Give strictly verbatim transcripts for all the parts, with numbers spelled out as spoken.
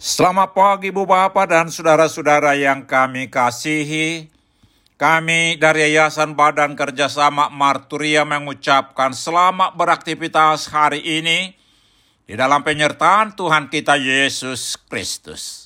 Selamat pagi Ibu Bapak dan saudara-saudara yang kami kasihi. Kami dari Yayasan Badan Kerjasama Marturia mengucapkan selamat beraktivitas hari ini di dalam penyertaan Tuhan kita Yesus Kristus.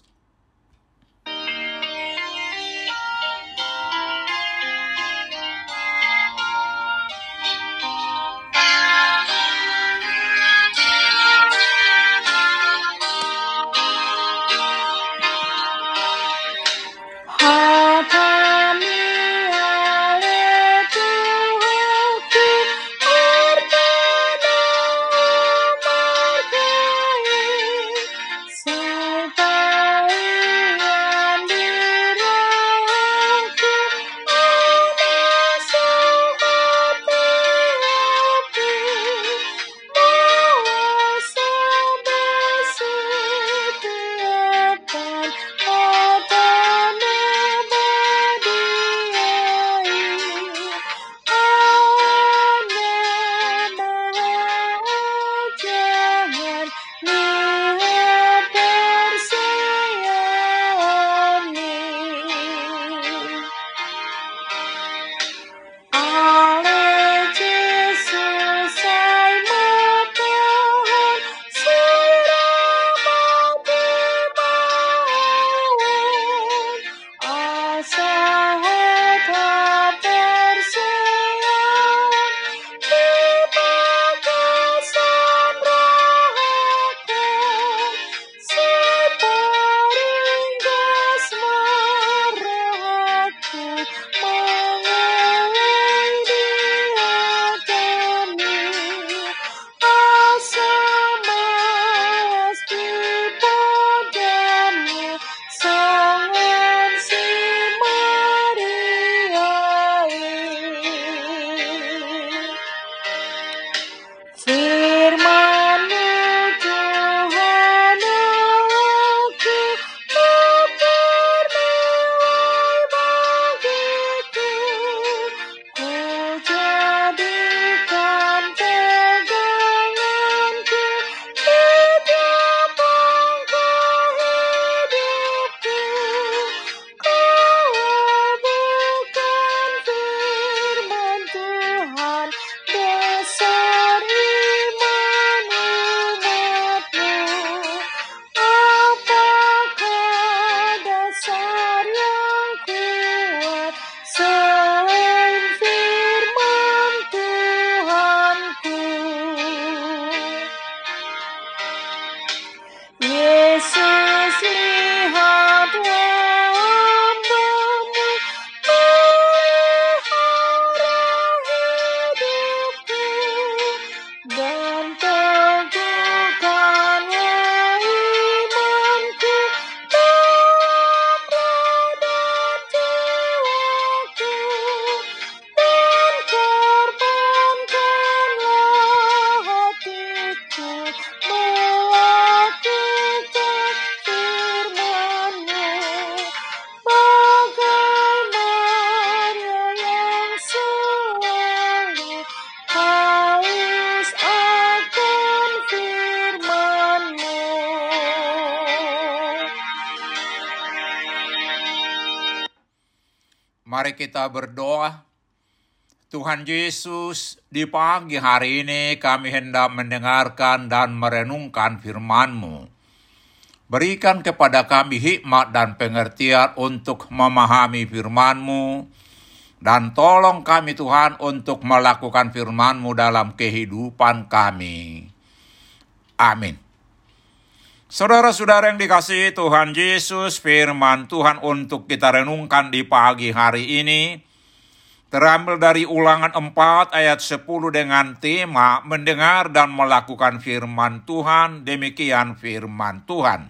Mari kita berdoa. Tuhan Yesus, di pagi hari ini kami hendak mendengarkan dan merenungkan firman-Mu. Berikan kepada kami hikmat dan pengertian untuk memahami firman-Mu, dan tolong kami Tuhan untuk melakukan firman-Mu dalam kehidupan kami. Amin. Saudara-saudara yang dikasihi Tuhan Yesus, firman Tuhan untuk kita renungkan di pagi hari ini terambil dari Ulangan empat ayat sepuluh dengan tema mendengar dan melakukan firman Tuhan. Demikian firman Tuhan.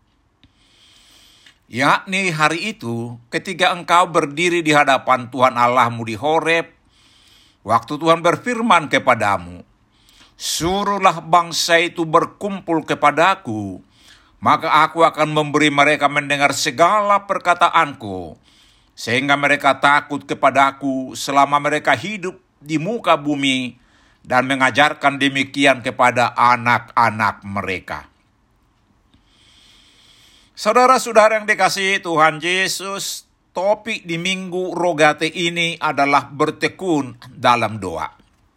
Yakni hari itu ketika engkau berdiri di hadapan Tuhan Allahmu di Horeb, waktu Tuhan berfirman kepadamu, suruhlah bangsa itu berkumpul kepadaku, maka aku akan memberi mereka mendengar segala perkataanku, sehingga mereka takut kepadaku selama mereka hidup di muka bumi, dan mengajarkan demikian kepada anak-anak mereka. Saudara-saudara yang dikasihi Tuhan Yesus, topik di Minggu Rogate ini adalah bertekun dalam doa.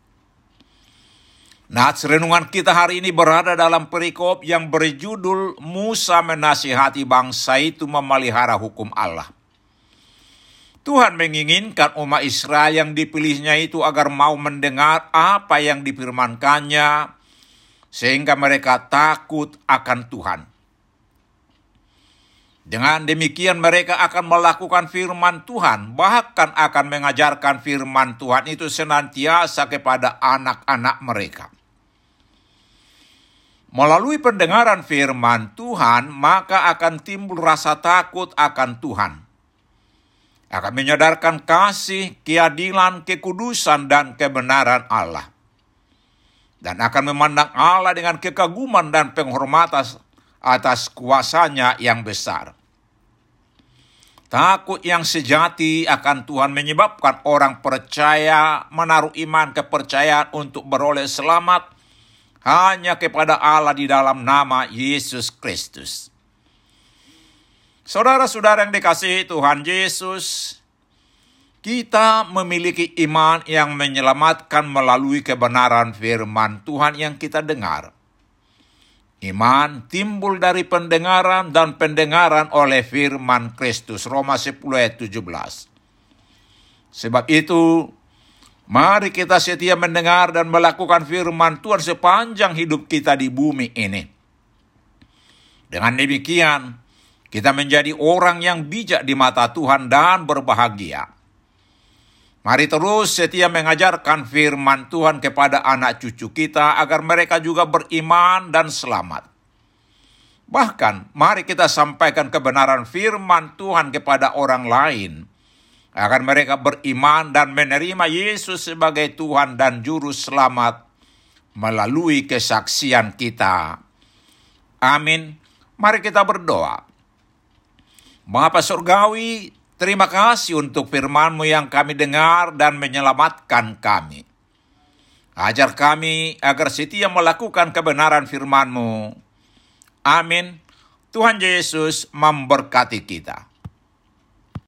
Nats renungan kita hari ini berada dalam perikop yang berjudul Musa menasihati bangsa itu memelihara hukum Allah. Tuhan menginginkan umat Israel yang dipilihnya itu agar mau mendengar apa yang difirmankannya, sehingga mereka takut akan Tuhan. Dengan demikian mereka akan melakukan firman Tuhan, bahkan akan mengajarkan firman Tuhan itu senantiasa kepada anak-anak mereka. Melalui pendengaran firman Tuhan, maka akan timbul rasa takut akan Tuhan. Akan menyadarkan kasih, keadilan, kekudusan, dan kebenaran Allah. Dan akan memandang Allah dengan kekaguman dan penghormatan atas kuasanya yang besar. Takut yang sejati akan Tuhan menyebabkan orang percaya menaruh iman kepercayaan untuk beroleh selamat hanya kepada Allah di dalam nama Yesus Kristus. Saudara-saudara yang dikasihi Tuhan Yesus, kita memiliki iman yang menyelamatkan melalui kebenaran firman Tuhan yang kita dengar. Iman timbul dari pendengaran dan pendengaran oleh firman Kristus. Roma sepuluh ayat tujuh belas. Sebab itu, mari kita setia mendengar dan melakukan firman Tuhan sepanjang hidup kita di bumi ini. Dengan demikian, kita menjadi orang yang bijak di mata Tuhan dan berbahagia. Mari terus setia mengajarkan firman Tuhan kepada anak cucu kita agar mereka juga beriman dan selamat. Bahkan, mari kita sampaikan kebenaran firman Tuhan kepada orang lain agar mereka beriman dan menerima Yesus sebagai Tuhan dan Juru Selamat melalui kesaksian kita. Amin. Mari kita berdoa. Bapa Surgawi, terima kasih untuk firman-Mu yang kami dengar dan menyelamatkan kami. Ajar kami agar setia melakukan kebenaran firman-Mu. Amin. Tuhan Yesus memberkati kita.